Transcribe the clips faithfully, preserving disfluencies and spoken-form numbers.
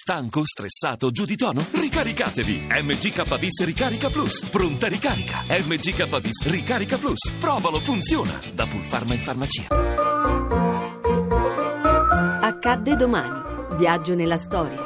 Stanco, stressato, giù di tono? Ricaricatevi! M G K Bis Ricarica Plus. Pronta ricarica. M G K Bis Ricarica Plus. Provalo, funziona. Da Pulpharma in farmacia. Accadde domani. Viaggio nella storia.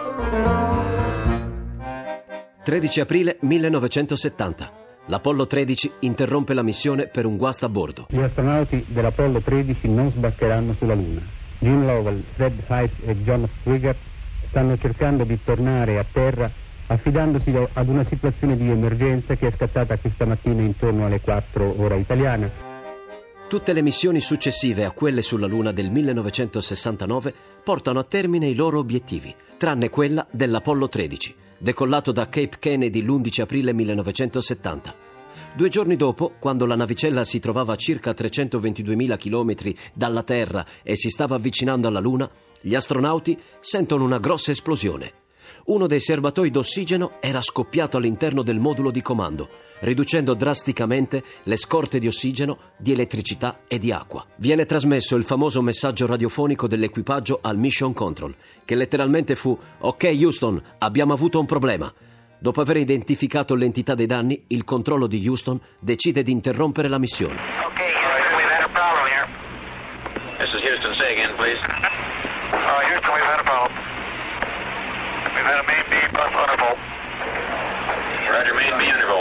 tredici aprile millenovecentosettanta. L'Apollo tredici interrompe la missione per un guasto a bordo. Gli astronauti dell'Apollo tredici non sbarcheranno sulla Luna. Jim Lovell, Fred Hight e John Swigert stanno cercando di tornare a terra affidandosi ad una situazione di emergenza che è scattata questa mattina intorno alle quattro ora italiana. Tutte le missioni successive a quelle sulla Luna del millenovecentosessantanove portano a termine i loro obiettivi, tranne quella dell'Apollo tredici, decollato da Cape Kennedy l'undici aprile millenovecentosettanta. Due giorni dopo, quando la navicella si trovava a circa trecentoventiduemila chilometri dalla Terra e si stava avvicinando alla Luna, gli astronauti sentono una grossa esplosione. Uno dei serbatoi d'ossigeno era scoppiato all'interno del modulo di comando, riducendo drasticamente le scorte di ossigeno, di elettricità e di acqua. Viene trasmesso il famoso messaggio radiofonico dell'equipaggio al Mission Control, che letteralmente fu: «Ok Houston, abbiamo avuto un problema». Dopo aver identificato l'entità dei danni, il controllo di Houston decide di interrompere la missione. Ok, Houston, we've had a problem here. This is Houston, say again, please. Uh, Houston, we've had a problem. We've had a main beam bus undervolt. Roger, main beam undervolt.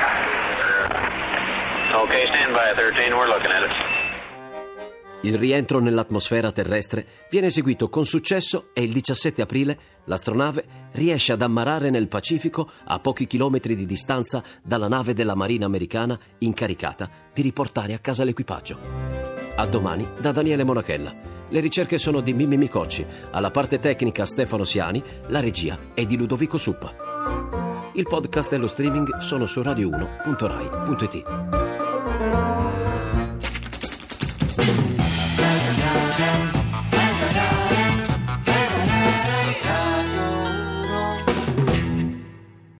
Ok, stand by, thirteen, we're looking at it. Il rientro nell'atmosfera terrestre viene eseguito con successo e il diciassette aprile l'astronave riesce ad ammarrare nel Pacifico a pochi chilometri di distanza dalla nave della Marina americana incaricata di riportare a casa l'equipaggio. A domani da Daniele Monachella. Le ricerche sono di Mimmi Micocci, alla parte tecnica Stefano Siani, la regia è di Ludovico Suppa. Il podcast e lo streaming sono su radio uno punto rai punto it.